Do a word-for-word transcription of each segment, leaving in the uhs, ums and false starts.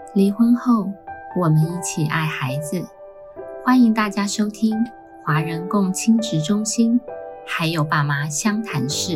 离婚后，我们一起爱孩子。欢迎大家收听华人共亲职中心，还有爸妈相谈室。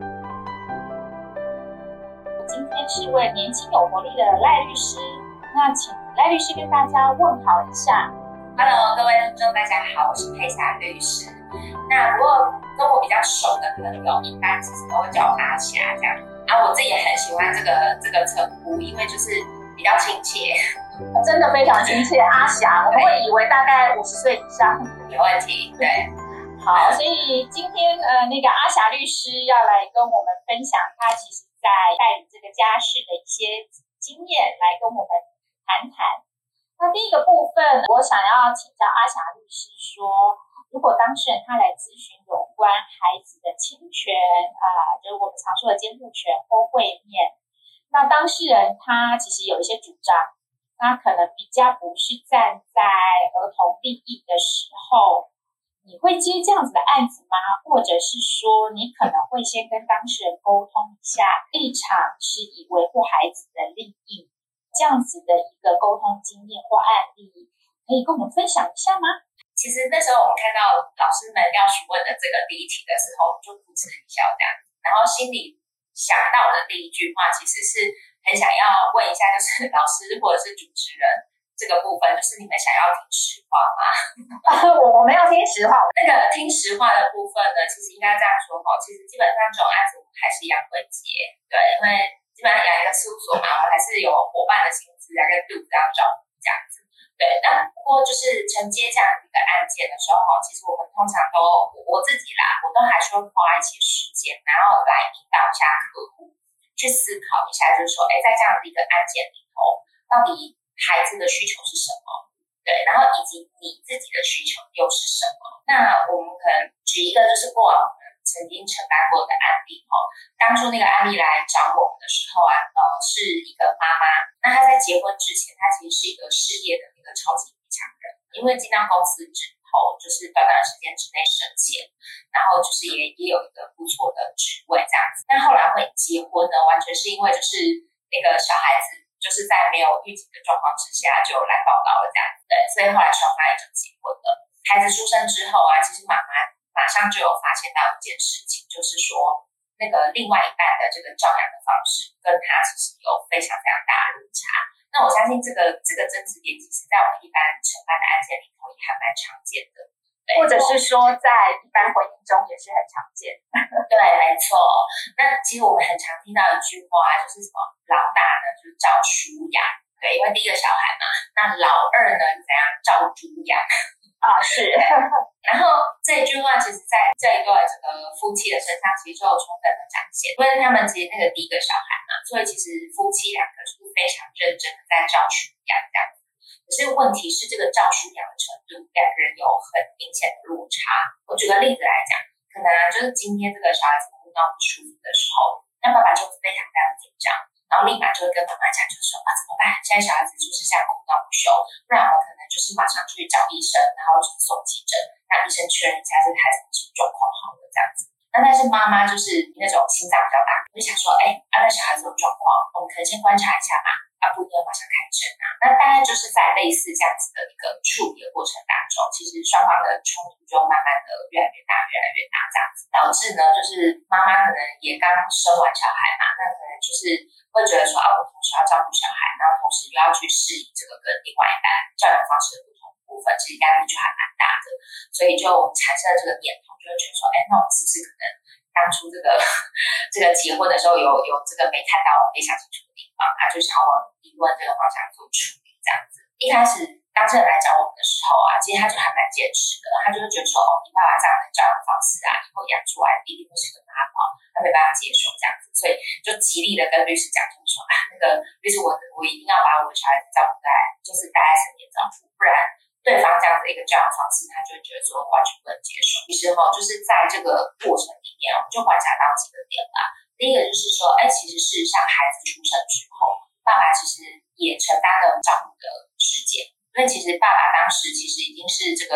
今天是一位年轻有活力的赖律师，那请赖律师跟大家问好一下。 Hello， 各位听众大家好，我是佩霞律师。那如果跟我比较熟的朋友，一般其实都会叫我阿霞这样。啊，我自己也很喜欢这个这个称呼，因为就是比较亲切， 真的非常亲切。阿霞，我们会以为大概五十岁以上， 没问题。对， 好，所以今天呃，那个阿霞律师要来跟我们分享他其实在代理这个家事的一些经验，来跟我们谈谈。那第一个部分，我想要请教阿霞律师说，如果当事人他来咨询有关孩子的侵权啊、呃，就是我们常说的监护权或会面，那当事人他其实有一些主张，他可能比较不是站在儿童利益的时候，你会接这样子的案子吗？或者是说你可能会先跟当事人沟通一下，立场是以维护孩子的利益，这样子的一个沟通经验或案例，可以跟我们分享一下吗？ 其实那时候我们看到老师们要询问的这个第一题的时候，就噗嗤一笑这样，然后心里想到的第一句话其实是很想要问一下，就是老师或者是主持人这个部分，就是你们想要听实话吗？ 我我们要听实话。 那个听实话的部分呢，其实应该这样说哈，其实基本上这种案子我们还是一样会接，对，因为基本上养一个事务所嘛，我们还是有伙伴的薪资啊跟肚子要照顾这样子。对，那不过就是承接这样一个案件的时候，其实我们通常都我自己啦，我都还是会花一些时间，然后来引导一下客户去思考一下，就是说，哎，在这样的一个案件里头，到底孩子的需求是什么？对，然后以及你自己的需求又是什么？那我们可能举一个就是过往曾经承担过的案例哈，当初那个案例来找我们的时候啊，呃，是一个妈妈，那她在结婚之前，她其实是一个事业的那个超级女强人，因为进到公司之后，就是短短的时间之内升迁，然后就是也也有一个不错的职位这样子。但后来会结婚呢，完全是因为就是那个小孩子就是在没有预警的状况之下就来报道了这样子，对，所以后来双方也就结婚了。孩子出生之后啊，其实妈妈马上就有发现到一件事情，就是说那个另外一半的这个照养的方式跟他其实有非常非常大的落差。那我相信这个这个争执点，其实在我们一般承办的案件里头也还蛮常见的， 或者是说在一般婚姻中也是很常见。 对，没错。那其实我们很常听到一句话，就是什么老大呢就是照书养，对，因为第一个小孩嘛，那老二呢怎样照猪养啊，是。 然后这句话其实在这一对这个夫妻的身上其实就有充分的展现，因为他们其实那个第一个小孩嘛，所以其实夫妻两个是非常认真的在照书养这样子。可是问题是这个照书养的程度，两个人有很明显的落差。我举个例子来讲，可能啊就是今天这个小孩子哭闹不舒服的时候，那爸爸就非常非常紧张，然后立马就会跟妈妈讲，就说啊怎么办？现在小孩子就是像哭闹不休，不然我可能就是马上去找医生，然后去送急诊，让医生确认一下这个孩子是状况好的这样子。那但是妈妈就是那种心脏比较大，就想说，哎，啊那小孩子有状况，我们可能先观察一下嘛，啊不一定要马上看诊啊。那大概就是在类似这样子的一个处理的过程当中，其实双方的冲突就慢慢的越来越大，越来越大这样子，导致呢就是妈妈可能也刚生完小孩嘛，那可能就是会觉得说啊，我同时要照顾小孩，然后同时又要去适应这个跟另外一半教养方式的不同部分，其实压力就还蛮大的，所以就产生了这个念头，就会觉得说，哎，那我们是不是可能当初这个这个结婚的时候有有这个没看到没想清楚的地方，他就想要往离婚这个方向做处理这样子。一开始当事人来找我们的时候啊，其实他就还蛮坚持的，他就会觉得说，哦，你爸爸这样的教养方式啊，以后养出来一定会是个妈宝，他没办法接受这样子，所以就极力的跟律师讲，就是说啊，那个律师我我一定要把我的小孩子照顾在，就是待在身边照顾，不然对方这样子一个教养方式，他就会觉得说完全不能接受。其实哈，就是在这个过程里面，我们就观察到几个点啦。第一个就是说，哎，其实事实上孩子出生之后，爸爸其实也承担了照顾的时间，因为其实爸爸当时其实已经是这个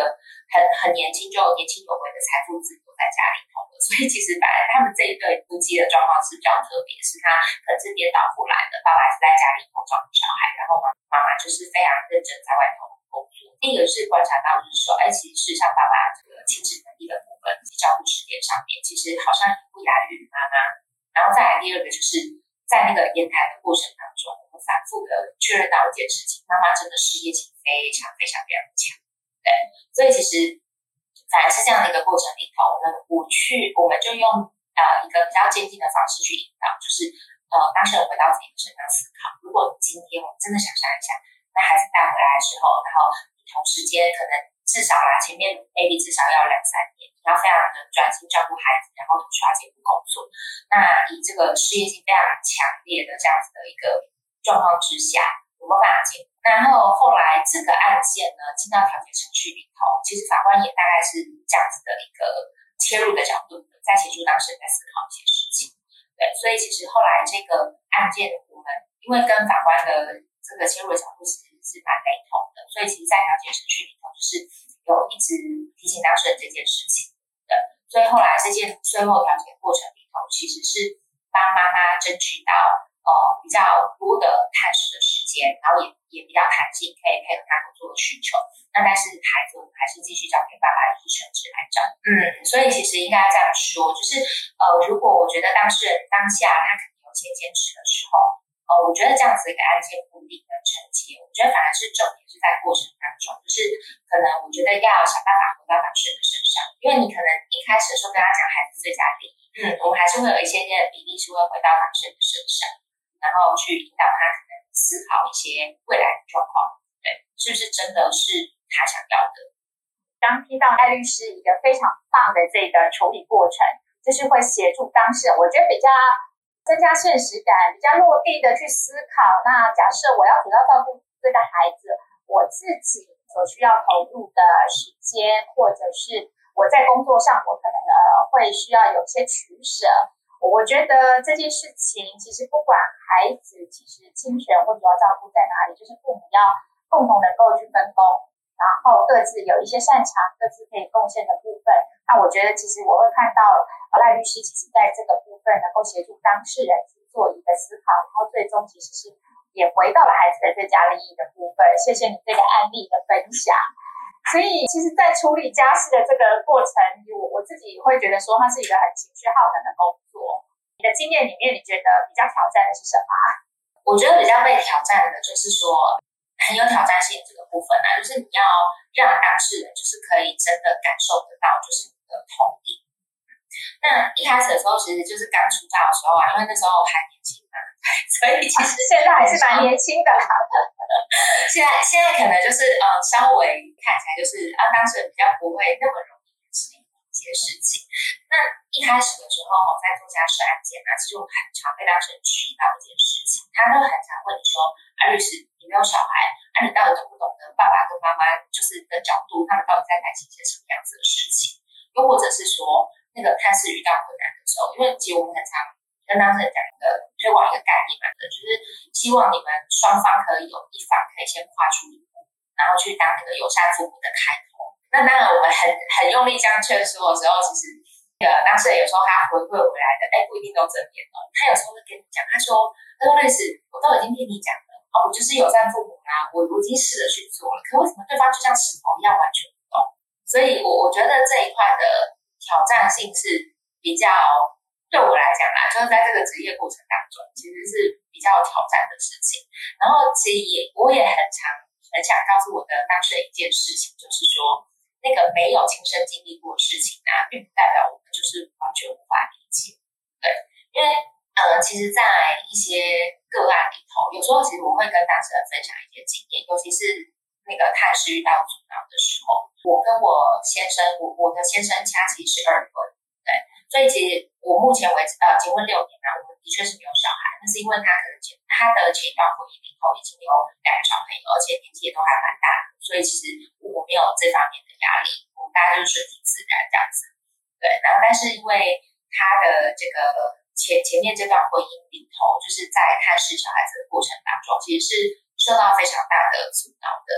很很年轻就年轻有为的财富自由在家里头的，所以其实本来他们这一对夫妻的状况是比较特别，是他可能是颠倒过来的，爸爸是在家里头照顾小孩，然后妈妈妈就是非常认真在外头工作。第一个是观察到，就是说，哎，其实事实上爸爸这个亲子能力的部分以及照顾时间上面，其实好像不亚于妈妈。然后再来第二个就是在那个言谈的过程当中，我们反复的确认到一件事情，妈妈真的事业心非常非常非常强。对，所以其实反而是这样的一个过程里头，我们我去我们就用呃一个比较渐进的方式去引导，就是呃当事人回到自己的身上思考，如果今天我们真的想象一下，那孩子带回来的时候，然后你同时间可能至少啦，前面 maybe 至少要两三年，你要非常的专心照顾孩子，然后同时要兼顾工作。那以这个事业心非常强烈的这样子的一个状况之下，有没有办法兼顾？然后后来这个案件呢进到调解程序里头，其实法官也大概是这样子的一个切入的角度，在协助当事人在思考一些事情。对，所以其实后来这个案件我们因为跟法官的这个切入的角度其实是蛮雷同的，所以其实在调解程序里头就是有一直提醒当事人这件事情的。所以后来这件最后调解过程里头，其实是帮妈妈争取到呃比较多的探视的时间，然后也也比较弹性，可以配合他工作的需求。那但是孩子我们还是继续交给爸爸，就是全职来照顾。嗯，所以其实应该这样说，就是呃，如果我觉得当事人当下他可能有些坚持的时候，呃，我觉得这样子一个案件不一定能承接。我觉得反而是重点是在过程当中，就是可能我觉得要想办法回到当事人的身上，因为你可能一开始的时候跟他讲孩子最佳利益，嗯，我们还是会有一些些的比例是会回到当事人的身上，然后去引导他可能思考一些未来的状况，对，是不是真的是他想要的。 刚听到艾律师一个非常棒的这个处理过程，就是会协助当事人，我觉得比较增加现实感，比较落地的去思考。那假设我要主要照顾这个孩子，我自己所需要投入的时间，或者是我在工作上我可能呃会需要有些取舍。我觉得这件事情其实不管孩子其实侵权或主要照顾在哪里，就是父母要共同能够去分工，然后各自有一些擅长，各自可以贡献的部分。那我觉得其实我会看到赖律师其实在这个部分能够协助当事人去做一个思考，然后最终其实是也回到了孩子的最佳利益的部分。谢谢你这个案例的分享。所以其实在处理家事的这个过程，我我自己会觉得说它是一个很情绪耗能的工作。你的经验里面，你觉得比较挑战的是什么？ 我觉得比较被挑战的就是说很有挑战性这个部分啊，就是你要让当事人就是可以真的感受得到就是你的同意。那一开始的时候其实就是刚出道的时候啊，因为那时候还年轻嘛，所以其实现在还是蛮年轻的啦。 现在现在可能就是呃稍微看起来就是啊当事人比较不会那么容易适应一些事情。那一开始的时候在做家事案件啊，其实我很常被当事人提到一件事情，他都很常问你说啊律师你没有小孩啊你到底懂不懂得爸爸跟妈妈就是的角度，他们到底在担心一些什么样子的事情，又或者是说那个探视遇到困难的时候，因为其实我们很常跟当事人讲一个推广一个概念嘛，就是希望你们双方可以有一方可以先跨出一步，然后去当那个友善父母的开头。那当然我们很很用力这样劝说的时候，其实那个当事人有时候他回馈回来的哎不一定都正面哦，他有时候会跟你讲，他说他说类似我都已经听你讲了哦，我就是友善父母啦，我我已经试着去做了，可为什么对方就像石头一样完全不懂？所以我我觉得这一块的挑战性是比较对我来讲啦，就是在这个职业过程当中其实是比较有挑战的事情。然后其实也我也很常很想告诉我的当事人一件事情，就是说那个没有亲身经历过的事情啊，并不代表我们就是完全无法理解。对，因为呃，其实在一些个案里头，有时候其实我会跟当事人分享一些经验，尤其是那个探视遇到阻挠的时候，我跟我先生，我我的先生他其实是二婚，对，所以其实我目前为止呃结婚六年啊，我们的确是没有小孩，那是因为他可能前他的前一段婚姻里头已经有两个小朋友，而且年纪也都还蛮大的，所以其实我没有这方面的压力，我们大家就是顺其自然这样子。对，然后但是因为他的这个前前面这段婚姻里头，就是在探视小孩子的过程当中，其实是受到非常大的阻挠的。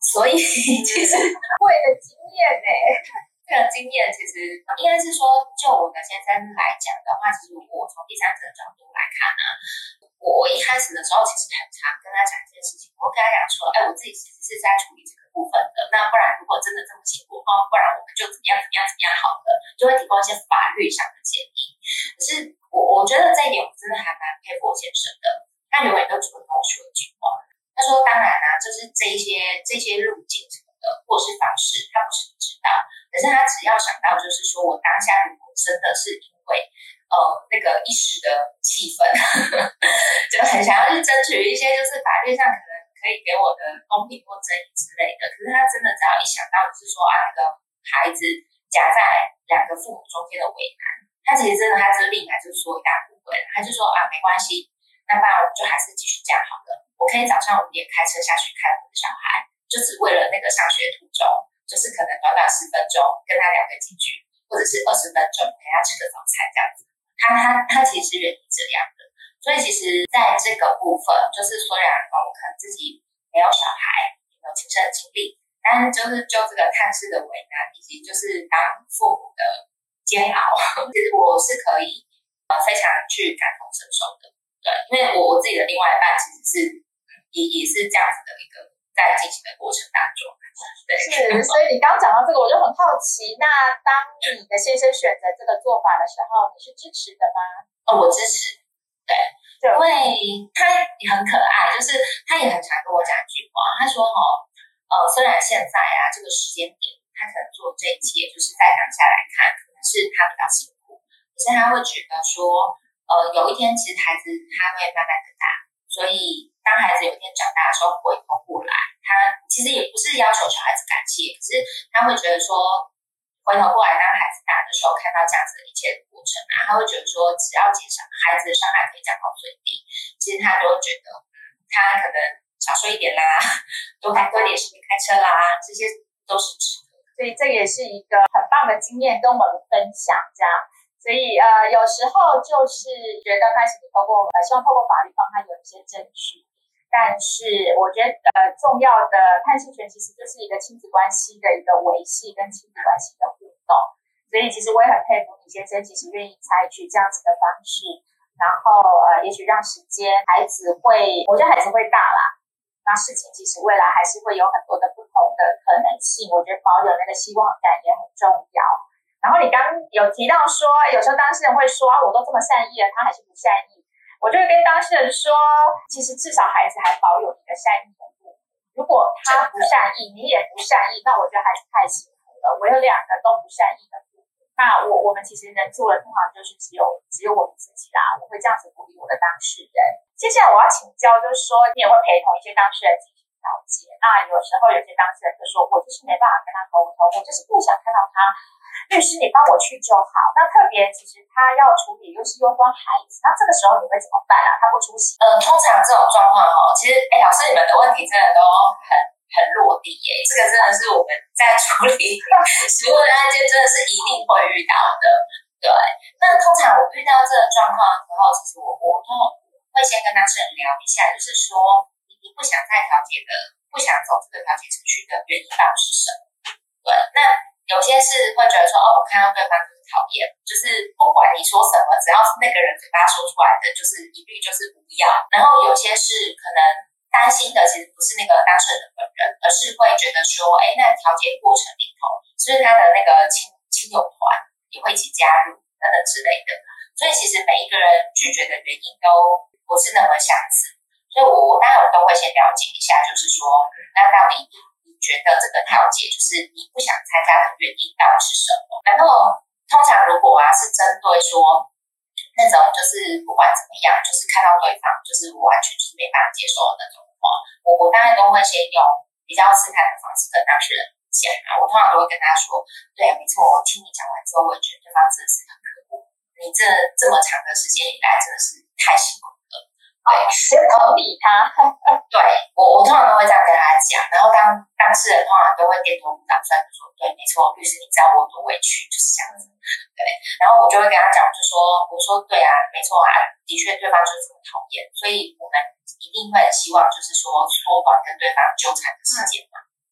所以其实会的经验呢、欸， 这个经验其实应该是说，就我的先生来讲的话，其实我从第三者的角度来看啊，我我一开始的时候其实很常跟他讲这件事情，我跟他讲说，哎，我自己其实是在处理这个部分的，那不然如果真的这么辛苦，不然我们就怎么样怎么样怎么样好了，就会提供一些法律上的建议。可是我我觉得这一点我真的还蛮佩服我先生的，他永远都只会跟我说一句话，他说当然啊，就是这一些这些路径什么的或是方式，他不是不知道，可是他只要想到就是说我当下如果真的是因为呃那个一时的气氛就很想要去争取一些就是法律上可能可以给我的公平或正义之类的，可是他真的只要一想到就是说啊那个孩子夹在两个父母中间的为难，他其实真的他就立马就说一大不会，他就说啊没关系，那不然我们就还是继续这样好了，我可以早上五点开车下去看我的小孩，就只为了那个上学途中就是可能短短十分钟跟他聊个几句，或者是二十分钟陪他吃个早餐这样子，他他他其实是愿意这样的。所以其实在这个部分就是虽然我可能自己没有小孩也没有亲身的经历，但是就是就这个探视的为难以及就是当父母的煎熬，其实我是可以呃非常去感同身受的。对，因为我我自己的另外一半其实是也也是这样子的一个在进行的过程当中。对， 是，所以你刚讲到这个，我就很好奇，那当你的先生选择这个做法的时候，你是支持的吗？ 哦，我支持。对，因为他也很可爱，就是他也很常跟我讲一句话，他说哈，呃，虽然现在啊这个时间点，他可能做这一切，就是在当下来看，可能是他比较辛苦，可是他会觉得说，呃，有一天其实孩子他会慢慢的大，所以当孩子有一天长大的时候，回头过来，他其实也不是要求小孩子感谢，可是他会觉得说，回头过来当孩子大的时候，看到这样子的一切的过程啊，他会觉得说，只要减少孩子的伤害可以降到最低，其实他都会觉得，嗯，他可能少睡一点啦，多开多一点时间开车啦，这些都是值得。 所以这也是一个很棒的经验跟我们分享，这样。所以呃，有时候就是觉得开始透过呃，希望透过法律帮他有一些证据。但是我觉得呃，重要的探视权其实就是一个亲子关系的一个维系跟亲子关系的互动，所以其实我也很佩服你先生其实愿意采取这样子的方式，然后呃，也许让时间孩子会，我觉得孩子会大啦，那事情其实未来还是会有很多的不同的可能性，我觉得保有那个希望感也很重要。然后你刚刚有提到说，有时候当事人会说，啊，我都这么善意了，他还是不善意。我就会跟当事人说，其实至少孩子还保有一个善意的父母。如果他不善意，你也不善意，那我觉得还是太辛苦了。我有两个都不善意的父母，那我我们其实能做的通常就是只有只有我们自己啦。我会这样子鼓励我的当事人。接下来我要请教，就是说你也会陪同一些当事人进行调解。那有时候有些当事人就说，我就是没办法跟他沟通，我就是不想看到他。律师，你帮我去就好。那特别，其实他要处理又是攸关孩子，那这个时候你会怎么办啊？他不出席？ 呃，通常这种状况哦，其实，哎，老师你们的问题真的都很很落地耶，这个真的是我们在处理实务的案件，真的是一定会遇到的。对，那通常我遇到这个状况的时候，其实我我都会先跟当事人聊一下，就是说你你不想再调解的，不想走这个调解程序的原因到底是什么？对，那有些是会觉得说，哦，我看到对方就是讨厌，就是不管你说什么，只要是那个人嘴巴说出来的，就是一律就是不要。然后有些是可能担心的，其实不是那个当事人的本人，而是会觉得说，哎，那调解过程里头，是不是他的那个亲亲友团也会一起加入等等之类的。所以其实每一个人拒绝的原因都不是那么相似。所以我我当然我都会先了解一下，就是说，那到底觉得这个调解就是你不想参加的原因到底是什么？然后通常如果啊是针对说那种就是不管怎么样，就是看到对方就是我完全就是没办法接受的那种话，我我当然都会先用比较试探的方式跟当事人讲啊。我通常都会跟他说，对，没错，我听你讲完之后，我也觉得对方真的是很可恶，你这这么长的时间以来真的是太辛苦了。对， 先同理他。 对，我我通常都会这样跟他讲，然后当当事人通常都会点头打算就说，对，没错，律师你知道我多委屈，就是这样子。对，然后我就会跟他讲，就说，我说对啊，没错啊，的确对方就是这么讨厌，所以我们一定会很希望就是说缩短跟对方纠缠的时间嘛。对，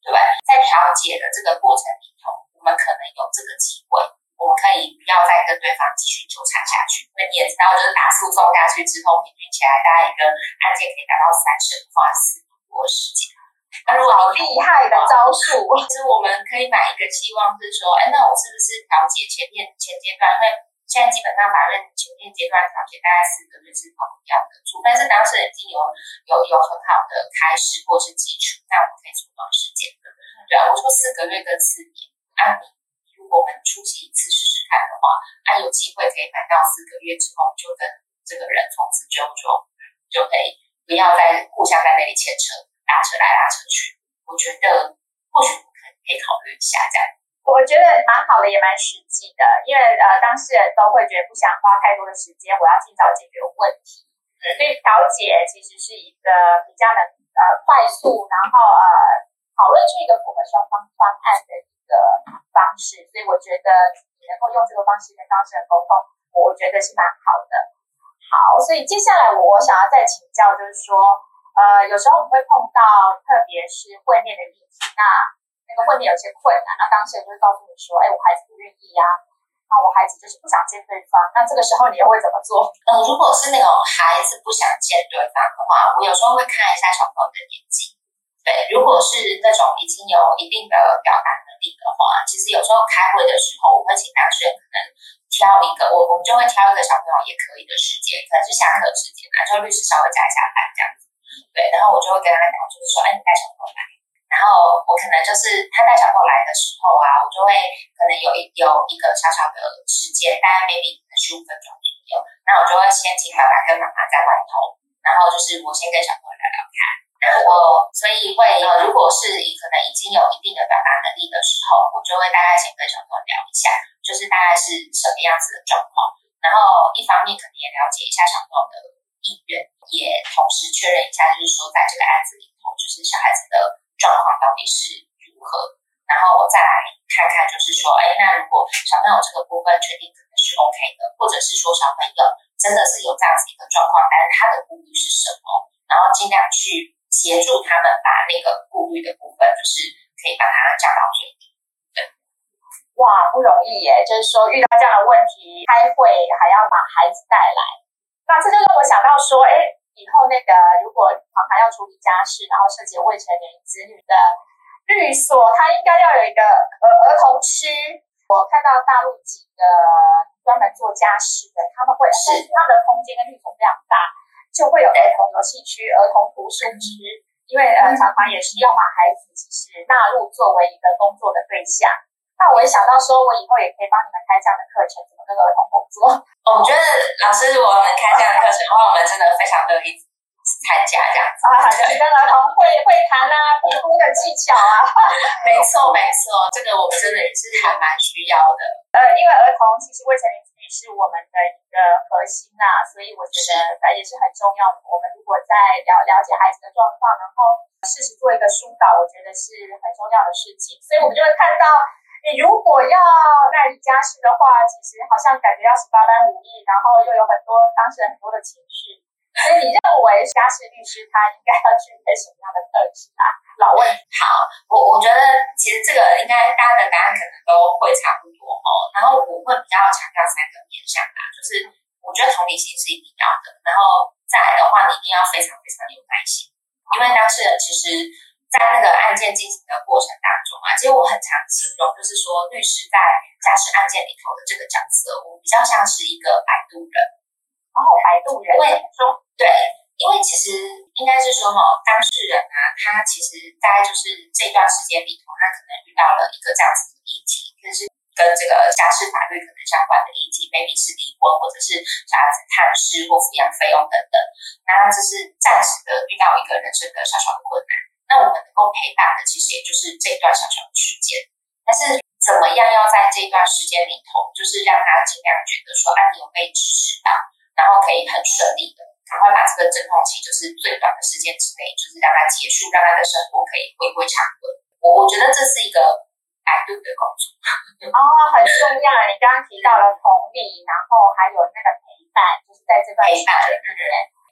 对不对？在调解的这个过程里头，我们可能有这个机会，我们可以不要再跟对方继续纠缠下去。因为你也知道，就是打诉讼下去之后，平均起来大概一个案件可以达到三审花四年多的时间。那如果好厉害的招数， 其实我们可以买一个期望是说，哎，那我是不是调解前面前阶段，因为现在基本上法院前面阶段调解大概四个月是跑不掉的，除非是当事人已经有有有很好的开始或是基础，那我们可以缩短时间的。对啊，我说四个月跟四年，啊，你如果我们出席一次试试看的话，啊，有机会可以谈到四个月之后，就跟这个人从此就就就可以不要再互相在那里牵扯，拉扯来拉扯去。我觉得或许我们可以考虑一下这样。 我觉得蛮好的，也蛮实际的，因为呃，当事人都会觉得不想花太多的时间，我要尽早解决问题。所以调解其实是一个比较能呃快速，然后呃讨论出一个符合双方方案的一个方式。所以我觉得你能够用这个方式跟当事人沟通，我觉得是蛮好的。好，所以接下来我我想要再请教，就是说呃，有时候我们会碰到，特别是会面的议题，那那个会面有些困难，那当事人就会告诉你说，哎，我孩子不愿意啊，那我孩子就是不想见对方，那这个时候你又会怎么做？ 呃，如果是那种孩子不想见对方的话，我有时候会看一下小朋友的年纪。对，如果是那种已经有一定的表达能力的话，其实有时候开会的时候，我会请当事人可能挑一个，我我们就会挑一个小朋友也可以的时间，可能是下课时间啊，就律师稍微加一下班这样子。对，然后我就会跟他讲，就是说，哎，你带小朋友来。然后我可能就是他带小朋友来的时候啊，我就会可能有一有一个小小的时间，大概 maybe 可能十五分钟左右。那我就会先请爸爸跟妈妈在外头，然后就是我先跟小朋友聊聊看。然后所以会呃，如果是可能已经有一定的表达能力的时候，我就会大概先跟小朋友聊一下，就是大概是什么样子的状况。然后一方面可能也了解一下小朋友的意愿，也同时确认一下，就是说在这个案子里头，就是小孩子的状况到底是如何，然后我再来看看，就是说，哎，那如果小朋友这个部分确定可能是 OK 的，或者是说小朋友真的是有这样子一个状况，但是他的顾虑是什么，然后尽量去协助他们把那个顾虑的部分，就是可以把它降到最低。对， 哇，不容易耶，就是说遇到这样的问题，开会还要把孩子带来。那这就让我想到说，哎，以后那个如果常常要处理家事，然后涉及未成年子女的律所，它应该要有一个儿儿童区。我看到大陆几个专门做家事的，他们会是他们的空间跟律所非常大，就会有儿童游戏区、儿童图书区，因为呃常常也是要把孩子其实纳入作为一个工作的对象。那我也想到说，我以后也可以帮你们开这样的课程，怎么跟儿童工作。 我觉得老师如果能开这样的课程的话，我们真的非常乐意参加这样子啊，就是跟儿童会会谈啊，评估的技巧啊。 没错没错，这个我们真的也是还蛮需要的。 呃，因为儿童其实未成年子女是我们的一个核心啦，所以我觉得也是很重要的。我们如果在了了解孩子的状况，然后适时做一个疏导，我觉得是很重要的事情。所以我们就会看到，你如果要代理家事的话，其实好像感觉要十八般武艺，然后又有很多当事人很多的情绪。所以你认为家事律师他应该要具备什么样的特质啊？老问题。 好，我我觉得其实这个应该大家的答案可能都会差不多哦。然后我会比较强调三个面向啦，就是我觉得同理心是一定要的，然后再来的话，你一定要非常非常有耐心，因为当事人其实在那个案件进行的过程当中啊，其实我很常形容，就是说律师在家事案件里头的这个角色，我比较像是一个摆渡人。 哦，摆渡人。 因为说对，因为其实应该是说哈，当事人啊，他其实在就是这段时间里头，他可能遇到了一个这样子的议题，就是跟这个家事法律可能相关的议题 ，maybe 是离婚，或者是小孩子探视或抚养费用等等。那这是暂时的遇到一个人生的小小的困难，那我们能够陪伴的，其实也就是这段小小的时间。但是怎么样要在这段时间里头，就是让他尽量觉得说，啊，你有被支持到。然后可以很顺利的赶快把这个阵痛期，就是最短的时间之内，就是让它结束，让他的生活可以回归常规。我我觉得这是一个摆渡的工作。 哦，很重要。你刚刚提到了同理，然后还有那个陪伴，就是在这段时间里面，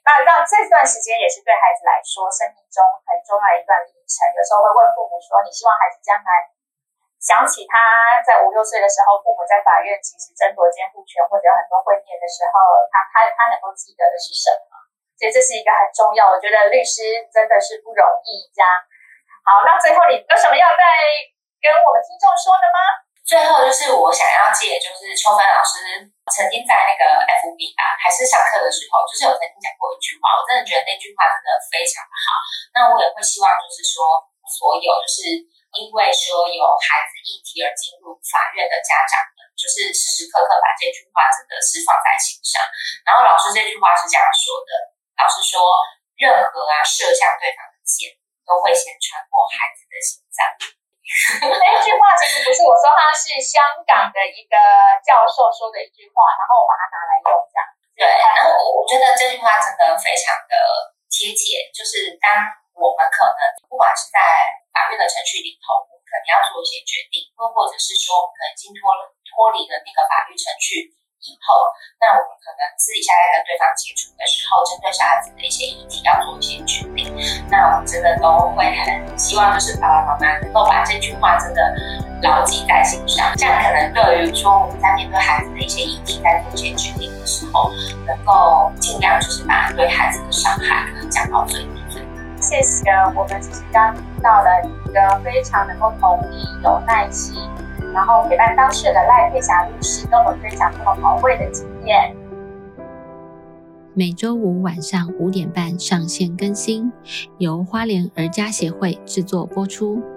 那让这段时间也是对孩子来说生命中很重要的一段历程。有时候会问父母说，你希望孩子将来想起他在五六岁的时候，父母在法院其实争夺监护权或者有很多会面的时候，他他他能够记得的是什么？所以这是一个很重要，我觉得律师真的是不容易这样。好，那最后你有什么要再跟我们听众说的吗？ 最后就是我想要借，就是秋芬老师曾经在那个 F B 吧，还是上课的时候，就是有曾经讲过一句话，我真的觉得那句话真的非常的好。那我也会希望就是说，所有就是因为说有孩子议题而进入法院的家长们，就是时时刻刻把这句话真的是放在心上。然后老师这句话是这样说的，老师说，任何啊射向对方的箭，都会先穿过孩子的心脏。 那句话其实不是我说，它是香港的一个教授说的一句话，然后我把它拿来用这样。 对，然后我我觉得这句话真的非常的贴切，就是当我们可能不管是在法院的程序里头，我们可能要做一些决定，或或者是说我们可能已经脱了脱离了那个法律程序以后，那我们可能私底下在跟对方接触的时候，针对小孩子的一些议题要做一些决定，那我们真的都会很希望就是爸爸妈妈能够把这句话真的牢记在心上，这样可能对于说我们在面对孩子的一些议题在做一些决定的时候，能够尽量就是把对孩子的伤害可能降到最低最低。 谢谢，我们其实刚听到了一个非常能够同理、有耐心，然后陪伴当事人的赖佩霞律师跟我们分享这么宝贵的经验。 每周五晚上五点半上线更新，由花莲儿家协会制作播出。